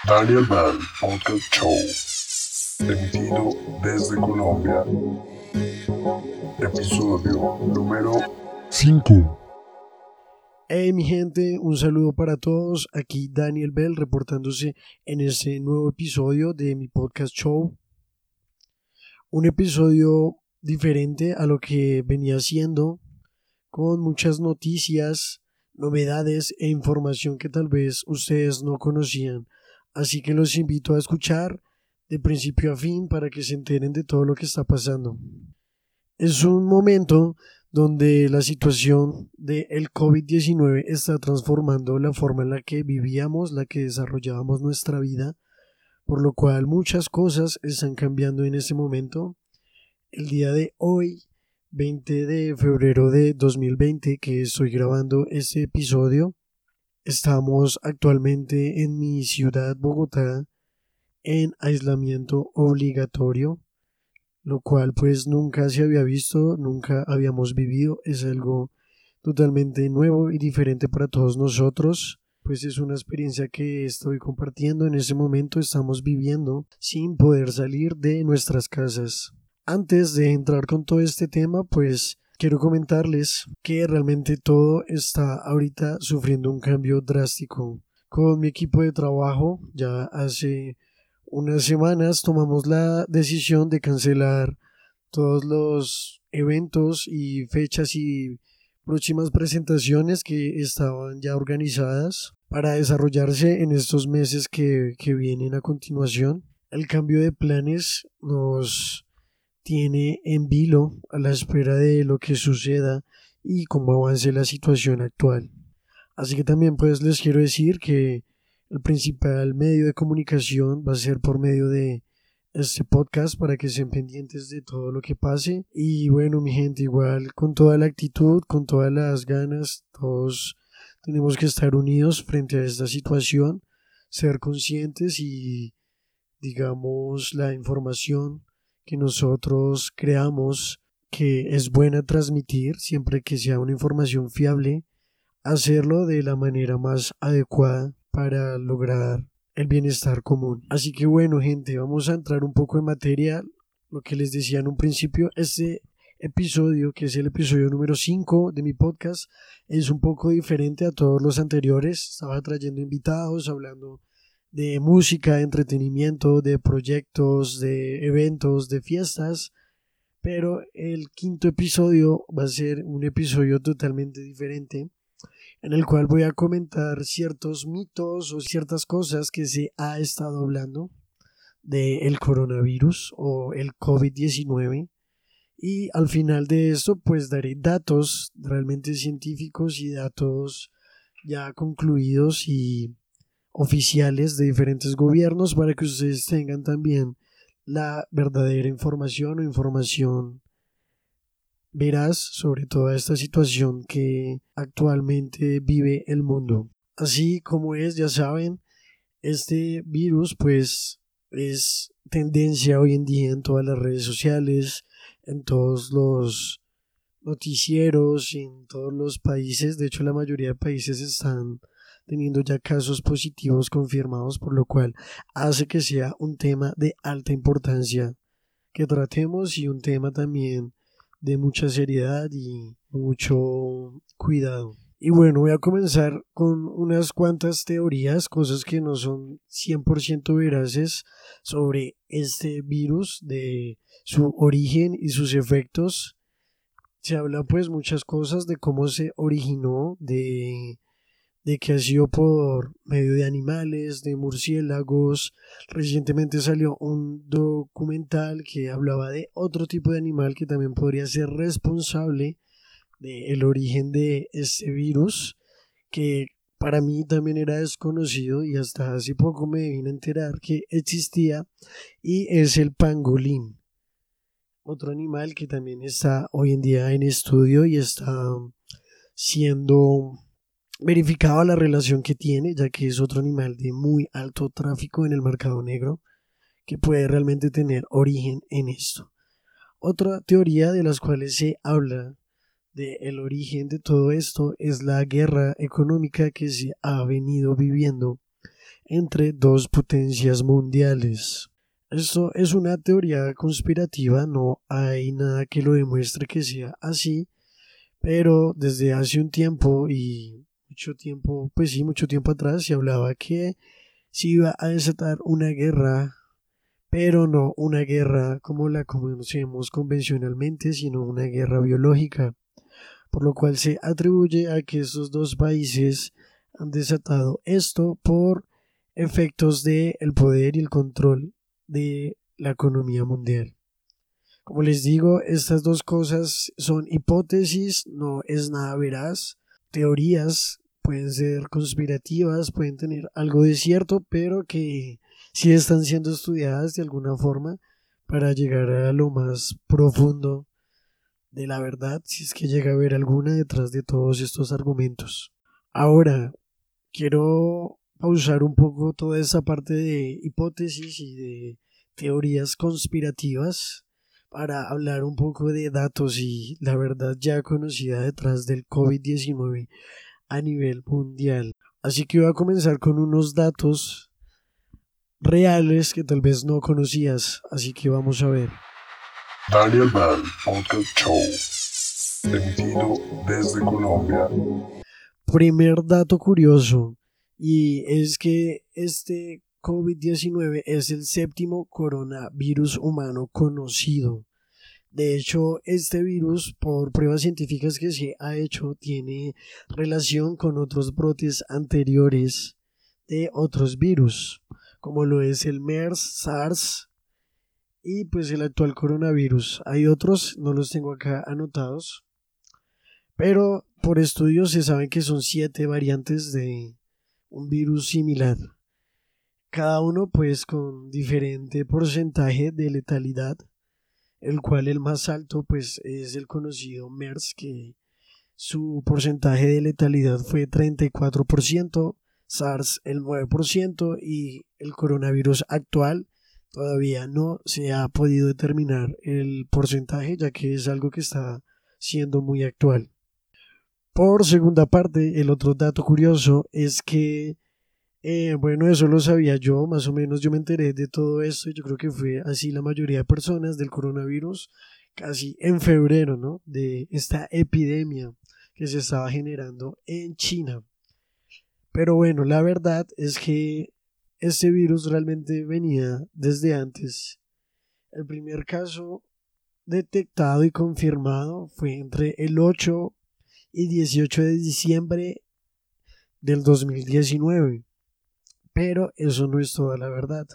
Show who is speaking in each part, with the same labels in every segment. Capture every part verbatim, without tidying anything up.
Speaker 1: Daniel Bell Podcast Show, emitido desde Colombia, episodio número cinco.
Speaker 2: Hey mi gente, un saludo para todos, aquí Daniel Bell reportándose en este nuevo episodio de mi podcast show. Un episodio diferente a lo que venía haciendo, con muchas noticias, novedades e información que tal vez ustedes no conocían. Así que los invito a escuchar de principio a fin para que se enteren de todo lo que está pasando. Es un momento donde la situación del COVID diecinueve está transformando la forma en la que vivíamos, la que desarrollábamos nuestra vida, por lo cual muchas cosas están cambiando en este momento. El día de hoy, veinte de febrero de dos mil veinte, que estoy grabando este episodio, estamos actualmente en mi ciudad, Bogotá, en aislamiento obligatorio, lo cual pues nunca se había visto, nunca habíamos vivido, es algo totalmente nuevo y diferente para todos nosotros, pues es una experiencia que estoy compartiendo en ese momento, estamos viviendo sin poder salir de nuestras casas. Antes de entrar con todo este tema, pues quiero comentarles que realmente todo está ahorita sufriendo un cambio drástico. Con mi equipo de trabajo, ya hace unas semanas tomamos la decisión de cancelar todos los eventos y fechas y próximas presentaciones que estaban ya organizadas para desarrollarse en estos meses que, que vienen a continuación. El cambio de planes nos tiene en vilo a la espera de lo que suceda y cómo avance la situación actual. Así que también pues les quiero decir que el principal medio de comunicación va a ser por medio de este podcast para que estén pendientes de todo lo que pase. Y bueno, mi gente, igual con toda la actitud, con todas las ganas, todos tenemos que estar unidos frente a esta situación, ser conscientes y digamos la información que nosotros creamos que es buena transmitir, siempre que sea una información fiable, hacerlo de la manera más adecuada para lograr el bienestar común. Así que bueno, gente, vamos a entrar un poco en materia. Lo que les decía en un principio, este episodio, que es el episodio número cinco de mi podcast, es un poco diferente a todos los anteriores. Estaba trayendo invitados, hablando de música, de entretenimiento, de proyectos, de eventos, de fiestas, pero el quinto episodio va a ser un episodio totalmente diferente, en el cual voy a comentar ciertos mitos o ciertas cosas que se ha estado hablando del coronavirus o el COVID diecinueve, y al final de esto pues daré datos realmente científicos y datos ya concluidos y oficiales de diferentes gobiernos para que ustedes tengan también la verdadera información o información veraz sobre toda esta situación que actualmente vive el mundo. Así como es, ya saben, este virus pues es tendencia hoy en día en todas las redes sociales, en todos los noticieros, en todos los países. De hecho, la mayoría de países están teniendo ya casos positivos confirmados, por lo cual hace que sea un tema de alta importancia que tratemos y un tema también de mucha seriedad y mucho cuidado. Y bueno, voy a comenzar con unas cuantas teorías, cosas que no son cien por ciento veraces sobre este virus, de su origen y sus efectos. Se habla pues muchas cosas de cómo se originó, de de que ha sido por medio de animales, de murciélagos. Recientemente salió un documental que hablaba de otro tipo de animal que también podría ser responsable del origen de este virus, que para mí también era desconocido y hasta hace poco me vine a enterar que existía, y es el pangolín. Otro animal que también está hoy en día en estudio y está siendo verificaba la relación que tiene, ya que es otro animal de muy alto tráfico en el mercado negro, que puede realmente tener origen en esto. Otra teoría de las cuales se habla del origen de todo esto es la guerra económica que se ha venido viviendo entre dos potencias mundiales. Esto es una teoría conspirativa, no hay nada que lo demuestre que sea así, pero desde hace un tiempo y mucho tiempo, pues sí, mucho tiempo atrás se hablaba que se iba a desatar una guerra, pero no una guerra como la conocemos convencionalmente, sino una guerra biológica, por lo cual se atribuye a que estos dos países han desatado esto por efectos del poder y el control de la economía mundial. Como les digo, estas dos cosas son hipótesis, no es nada veraz, teorías pueden ser conspirativas, pueden tener algo de cierto, pero que sí están siendo estudiadas de alguna forma para llegar a lo más profundo de la verdad, si es que llega a haber alguna detrás de todos estos argumentos. Ahora, quiero pausar un poco toda esa parte de hipótesis y de teorías conspirativas para hablar un poco de datos y la verdad ya conocida detrás del COVID diecinueve a nivel mundial. Así que voy a comenzar con unos datos reales que tal vez no conocías, así que vamos a ver.
Speaker 1: Daniel Bell Podcast Show, emitido desde Colombia.
Speaker 2: Primer dato curioso, y es que este COVID diecinueve es el séptimo coronavirus humano conocido. De hecho, este virus, por pruebas científicas que se ha hecho, tiene relación con otros brotes anteriores de otros virus, como lo es el MERS, SARS y pues el actual coronavirus. Hay otros, no los tengo acá anotados, pero por estudios se sabe que son siete variantes de un virus similar, cada uno pues con diferente porcentaje de letalidad, el cual el más alto pues es el conocido MERS, que su porcentaje de letalidad fue treinta y cuatro por ciento, SARS el nueve por ciento y el coronavirus actual todavía no se ha podido determinar el porcentaje, ya que es algo que está siendo muy actual. Por segunda parte, el otro dato curioso es que Eh, bueno, eso lo sabía yo, más o menos yo me enteré de todo esto y yo creo que fue así la mayoría de personas del coronavirus, casi en febrero, ¿no? De esta epidemia que se estaba generando en China. Pero bueno, la verdad es que este virus realmente venía desde antes. El primer caso detectado y confirmado fue entre el ocho y dieciocho de diciembre del dos mil diecinueve. Pero eso no es toda la verdad.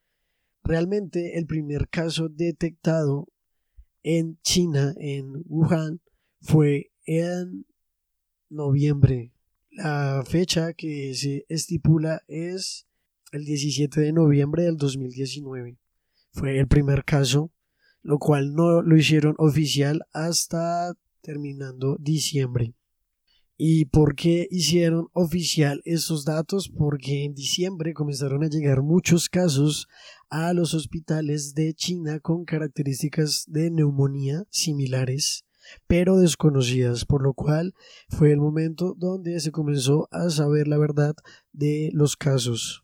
Speaker 2: Realmente el primer caso detectado en China, en Wuhan, fue en noviembre. La fecha que se estipula es el diecisiete de noviembre del dos mil diecinueve. Fue el primer caso, lo cual no lo hicieron oficial hasta terminando diciembre. ¿Y por qué hicieron oficial estos datos? Porque en diciembre comenzaron a llegar muchos casos a los hospitales de China con características de neumonía similares, pero desconocidas, por lo cual fue el momento donde se comenzó a saber la verdad de los casos.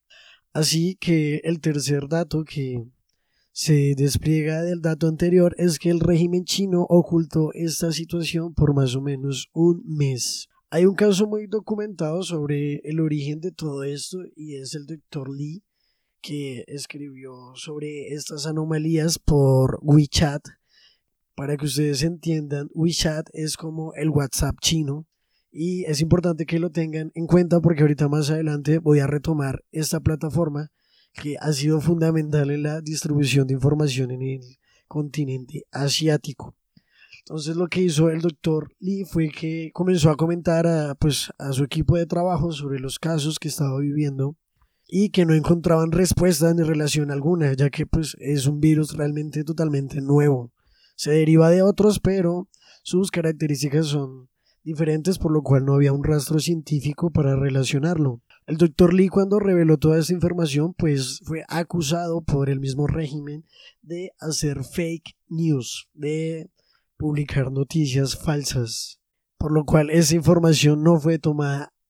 Speaker 2: Así que el tercer dato que se despliega del dato anterior es que el régimen chino ocultó esta situación por más o menos un mes. Hay un caso muy documentado sobre el origen de todo esto y es el doctor Li, que escribió sobre estas anomalías por WeChat. Para que ustedes entiendan, WeChat es como el WhatsApp chino y es importante que lo tengan en cuenta porque ahorita más adelante voy a retomar esta plataforma que ha sido fundamental en la distribución de información en el continente asiático. Entonces lo que hizo el doctor Li fue que comenzó a comentar a, pues, a su equipo de trabajo sobre los casos que estaba viviendo y que no encontraban respuesta ni relación alguna, ya que pues, es un virus realmente totalmente nuevo. Se deriva de otros, pero sus características son diferentes, por lo cual no había un rastro científico para relacionarlo. El doctor Li, cuando reveló toda esta información, pues fue acusado por el mismo régimen de hacer fake news, de publicar noticias falsas, por lo cual esa información no fue tomada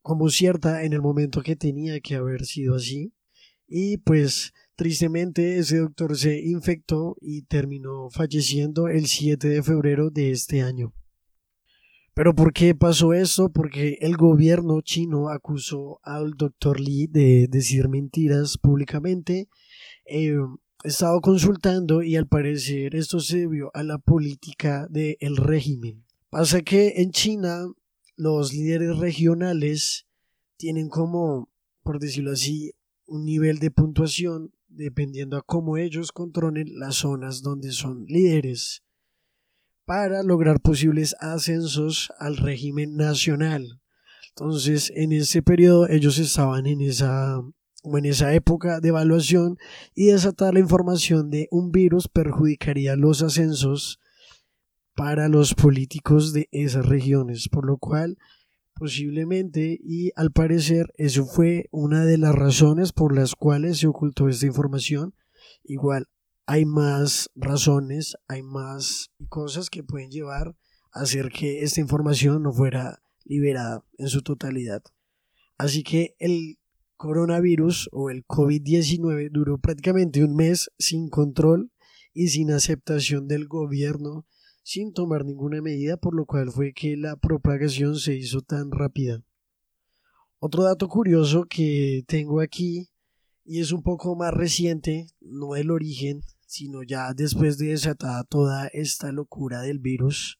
Speaker 2: como cierta en el momento que tenía que haber sido así. Y pues tristemente ese doctor se infectó y terminó falleciendo el siete de febrero de este año. ¿Pero por qué pasó eso? Porque el gobierno chino acusó al doctor Li de decir mentiras públicamente. Eh, he estado consultando y al parecer esto se debió a la política del régimen. Pasa que en China los líderes regionales tienen como, por decirlo así, un nivel de puntuación dependiendo a cómo ellos controlen las zonas donde son líderes para lograr posibles ascensos al régimen nacional. Entonces, en ese periodo ellos estaban en esa, o en esa época de evaluación y desatar la información de un virus perjudicaría los ascensos para los políticos de esas regiones, por lo cual posiblemente y al parecer eso fue una de las razones por las cuales se ocultó esta información. Igual hay más razones, hay más cosas que pueden llevar a hacer que esta información no fuera liberada en su totalidad. Así que el coronavirus o el COVID diecinueve duró prácticamente un mes sin control y sin aceptación del gobierno, sin tomar ninguna medida, por lo cual fue que la propagación se hizo tan rápida. Otro dato curioso que tengo aquí, y es un poco más reciente, no el origen, sino ya después de desatada toda esta locura del virus,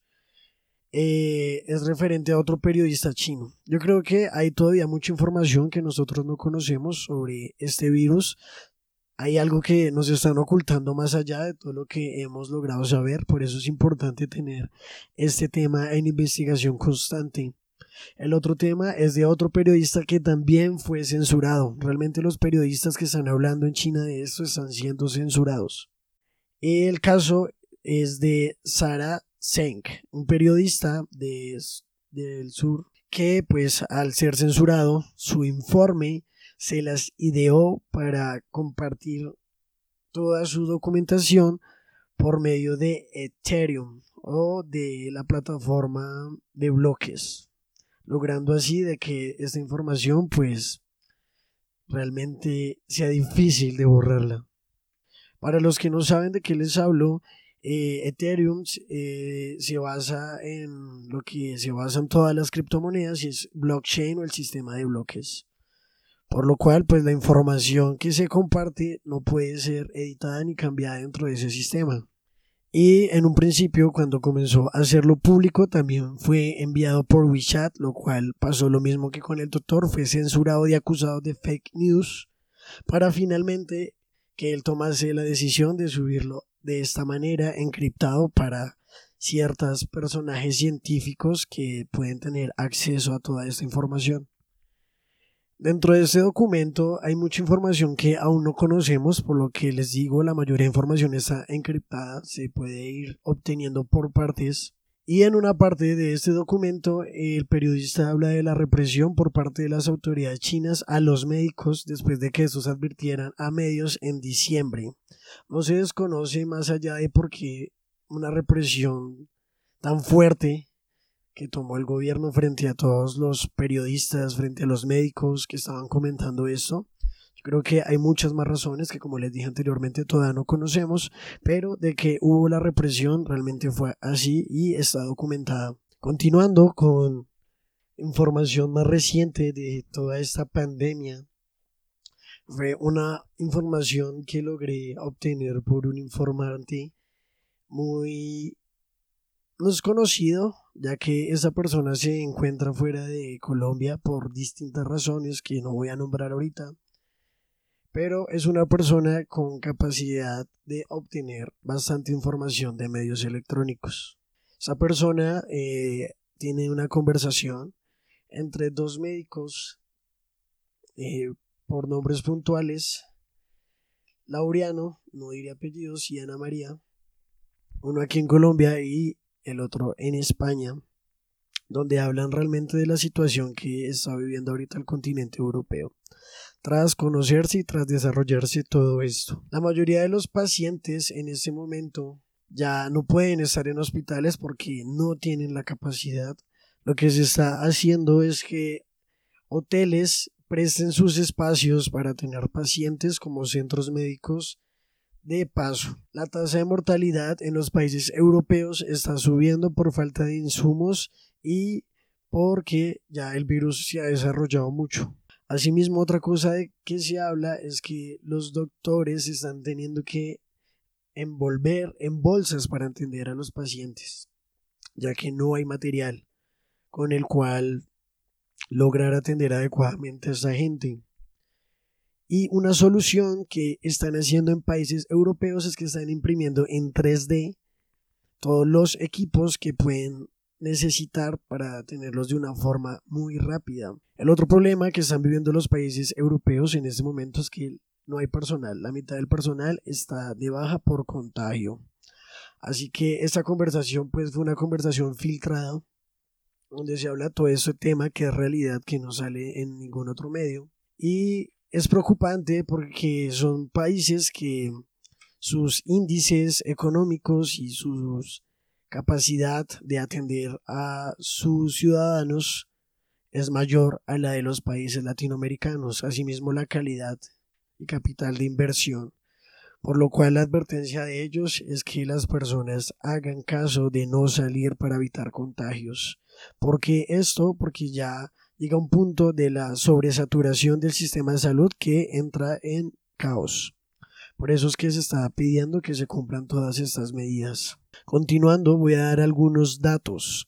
Speaker 2: eh, es referente a otro periodista chino. Yo creo que hay todavía mucha información que nosotros no conocemos sobre este virus. Hay algo que nos están ocultando más allá de todo lo que hemos logrado saber, por eso es importante tener este tema en investigación constante. El otro tema es de otro periodista que también fue censurado. Realmente los periodistas que están hablando en China de esto están siendo censurados. El caso es de Sara Zheng, un periodista de, del sur que pues al ser censurado su informe se las ideó para compartir toda su documentación por medio de Ethereum o de la plataforma de bloques, logrando así de que esta información pues realmente sea difícil de borrarla. Para los que no saben de qué les hablo, eh, Ethereum eh, se basa en lo que se basan todas las criptomonedas y es blockchain o el sistema de bloques. Por lo cual, pues la información que se comparte no puede ser editada ni cambiada dentro de ese sistema. Y en un principio, cuando comenzó a hacerlo público, también fue enviado por WeChat, lo cual pasó lo mismo que con el doctor, fue censurado y acusado de fake news, para finalmente que él tomase la decisión de subirlo de esta manera encriptado para ciertos personajes científicos que pueden tener acceso a toda esta información. Dentro de este documento hay mucha información que aún no conocemos, por lo que les digo, la mayoría de información está encriptada, se puede ir obteniendo por partes. Y en una parte de este documento, el periodista habla de la represión por parte de las autoridades chinas a los médicos después de que estos advirtieran a medios en diciembre. No se desconoce más allá de por qué una represión tan fuerte que tomó el gobierno frente a todos los periodistas, frente a los médicos que estaban comentando esto. Yo creo que hay muchas más razones que, como les dije anteriormente, todavía no conocemos, pero de que hubo la represión realmente fue así y está documentada. Continuando con información más reciente de toda esta pandemia, fue una información que logré obtener por un informante muy no es conocido, ya que esa persona se encuentra fuera de Colombia por distintas razones que no voy a nombrar ahorita, pero es una persona con capacidad de obtener bastante información de medios electrónicos. Esa persona eh, tiene una conversación entre dos médicos eh, por nombres puntuales, Laureano, no diré apellidos, y Ana María, uno aquí en Colombia y el otro en España, donde hablan realmente de la situación que está viviendo ahorita el continente europeo, tras conocerse y tras desarrollarse todo esto. La mayoría de los pacientes en este momento ya no pueden estar en hospitales porque no tienen la capacidad. Lo que se está haciendo es que hoteles presten sus espacios para tener pacientes como centros médicos de paso. La tasa de mortalidad en los países europeos está subiendo por falta de insumos y porque ya el virus se ha desarrollado mucho. Asimismo, otra cosa de que se habla es que los doctores están teniendo que envolver en bolsas para atender a los pacientes, ya que no hay material con el cual lograr atender adecuadamente a esta gente. Y una solución que están haciendo en países europeos es que están imprimiendo en tres D todos los equipos que pueden necesitar para tenerlos de una forma muy rápida. El otro problema que están viviendo los países europeos en este momento es que no hay personal. La mitad del personal está de baja por contagio. Así que esta conversación pues fue una conversación filtrada donde se habla todo ese tema que es realidad, que no sale en ningún otro medio. Y es preocupante porque son países que sus índices económicos y su capacidad de atender a sus ciudadanos es mayor a la de los países latinoamericanos. Asimismo, la calidad y capital de inversión. Por lo cual la advertencia de ellos es que las personas hagan caso de no salir para evitar contagios. Porque esto, porque ya llega un punto de la sobresaturación del sistema de salud que entra en caos. Por eso es que se está pidiendo que se cumplan todas estas medidas. Continuando, voy a dar algunos datos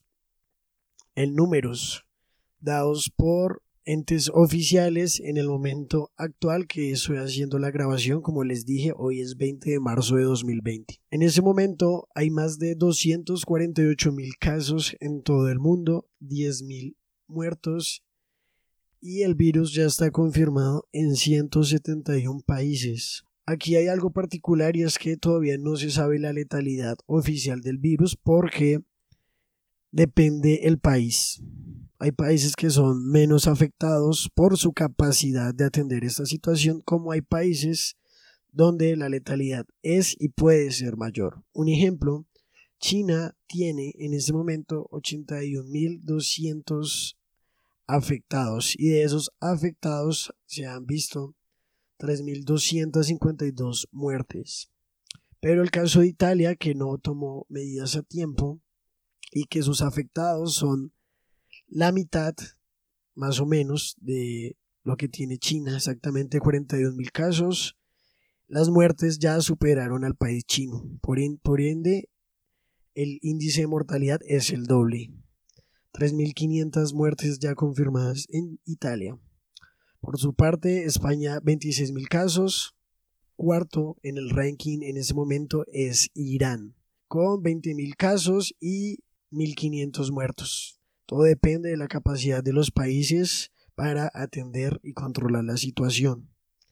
Speaker 2: en números dados por entes oficiales en el momento actual que estoy haciendo la grabación. Como les dije, hoy es veinte de marzo de dos mil veinte. En ese momento hay más de doscientos cuarenta y ocho mil casos en todo el mundo, diez mil muertos y el virus ya está confirmado en ciento setenta y uno países. Aquí hay algo particular y es que todavía no se sabe la letalidad oficial del virus porque depende el país. Hay países que son menos afectados por su capacidad de atender esta situación, como hay países donde la letalidad es y puede ser mayor. Un ejemplo, China tiene en este momento ochenta y un mil doscientos afectados y de esos afectados se han visto tres mil doscientas cincuenta y dos muertes. Pero el caso de Italia, que no tomó medidas a tiempo y que sus afectados son la mitad más o menos de lo que tiene China, exactamente cuarenta y dos mil casos, las muertes ya superaron al país chino. Por, en, por ende, el índice de mortalidad es el doble. tres mil quinientas muertes ya confirmadas en Italia. Por su parte, España, veintiséis mil casos. Cuarto en el ranking en ese momento es Irán, con veinte mil casos y mil quinientos muertos. Todo depende de la capacidad de los países para atender y controlar la situación.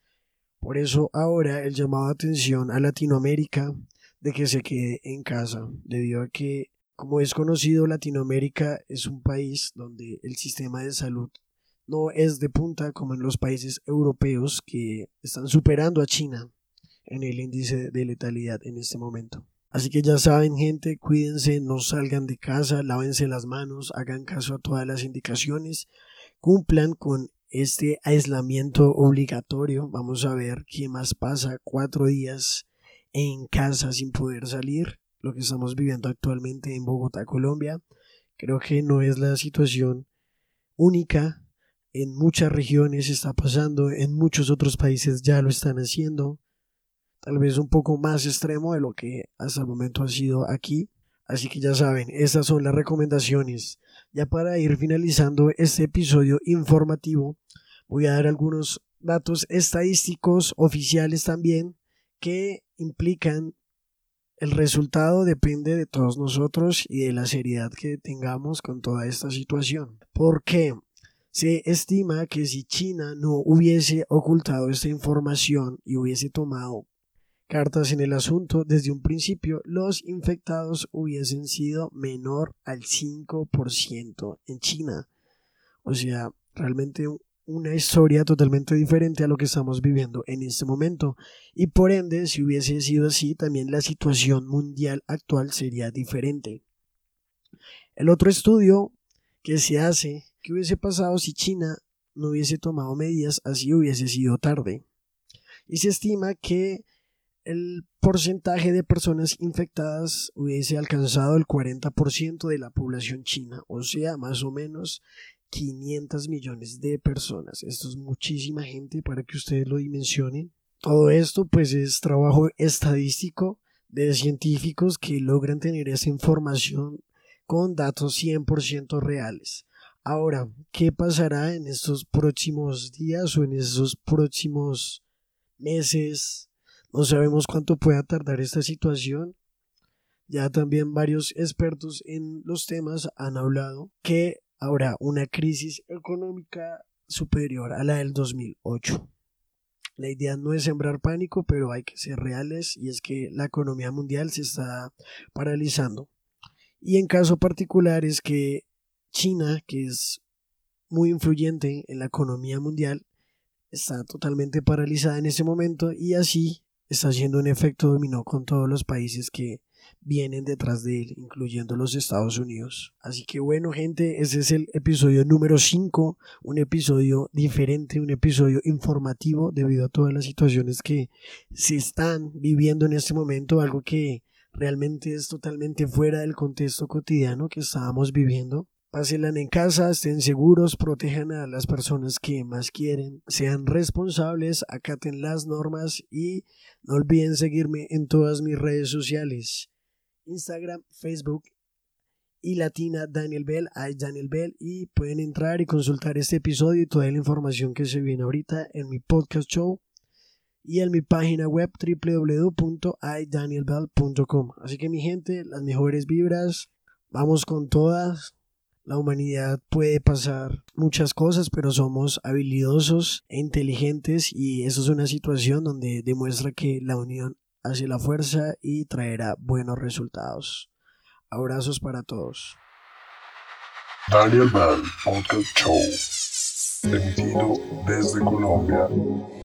Speaker 2: Por eso ahora el llamado de atención a Latinoamérica de que se quede en casa, debido a que, como es conocido, Latinoamérica es un país donde el sistema de salud no es de punta como en los países europeos que están superando a China en el índice de letalidad en este momento. Así que ya saben, gente, cuídense, no salgan de casa, lávense las manos, hagan caso a todas las indicaciones, cumplan con este aislamiento obligatorio. Vamos a ver qué más pasa, cuatro días en casa sin poder salir, lo que estamos viviendo actualmente en Bogotá, Colombia. Creo que no es la situación única, en muchas regiones está pasando, en muchos otros países ya lo están haciendo. Tal vez un poco más extremo de lo que hasta el momento ha sido aquí. Así que ya saben, estas son las recomendaciones. Ya para ir finalizando este episodio informativo, voy a dar algunos datos estadísticos oficiales también que implican el resultado depende de todos nosotros y de la seriedad que tengamos con toda esta situación. ¿Por qué? Se estima que si China no hubiese ocultado esta información y hubiese tomado cartas en el asunto desde un principio, los infectados hubiesen sido menor al cinco por ciento en China. O sea, realmente una historia totalmente diferente a lo que estamos viviendo en este momento. Y por ende, si hubiese sido así, también la situación mundial actual sería diferente. El otro estudio que se hace, ¿qué hubiese pasado si China no hubiese tomado medidas, así hubiese sido tarde. Y se estima que el porcentaje de personas infectadas hubiese alcanzado el cuarenta por ciento de la población china, o sea, más o menos quinientos millones de personas. Esto es muchísima gente para que ustedes lo dimensionen. Todo esto pues es trabajo estadístico de científicos que logran tener esa información con datos cien por ciento reales. Ahora, ¿qué pasará en estos próximos días o en estos próximos meses? No sabemos cuánto pueda tardar esta situación. Ya también varios expertos en los temas han hablado que habrá una crisis económica superior a la del dos mil ocho. La idea no es sembrar pánico, pero hay que ser reales, y es que la economía mundial se está paralizando. Y en caso particular es que China, que es muy influyente en la economía mundial, está totalmente paralizada en este momento, y así está haciendo un efecto dominó con todos los países que vienen detrás de él, incluyendo los Estados Unidos. Así que bueno, gente, ese es el episodio número cinco, un episodio diferente, un episodio informativo debido a todas las situaciones que se están viviendo en este momento, algo que realmente es totalmente fuera del contexto cotidiano que estábamos viviendo. Pásenla en casa, estén seguros, protejan a las personas que más quieren, sean responsables, acaten las normas y no olviden seguirme en todas mis redes sociales: Instagram, Facebook y Latina Daniel Bell, I Daniel Bell, y pueden entrar y consultar este episodio y toda la información que se viene ahorita en mi podcast show y en mi página web doble u doble u doble u punto i daniel bell punto com. Así que mi gente, las mejores vibras, vamos con todas. La humanidad puede pasar muchas cosas, pero somos habilidosos e inteligentes, y eso es una situación donde demuestra que la unión hace la fuerza y traerá buenos resultados. Abrazos para todos.
Speaker 1: Daniel Bell Podcast Show, emitido desde Colombia.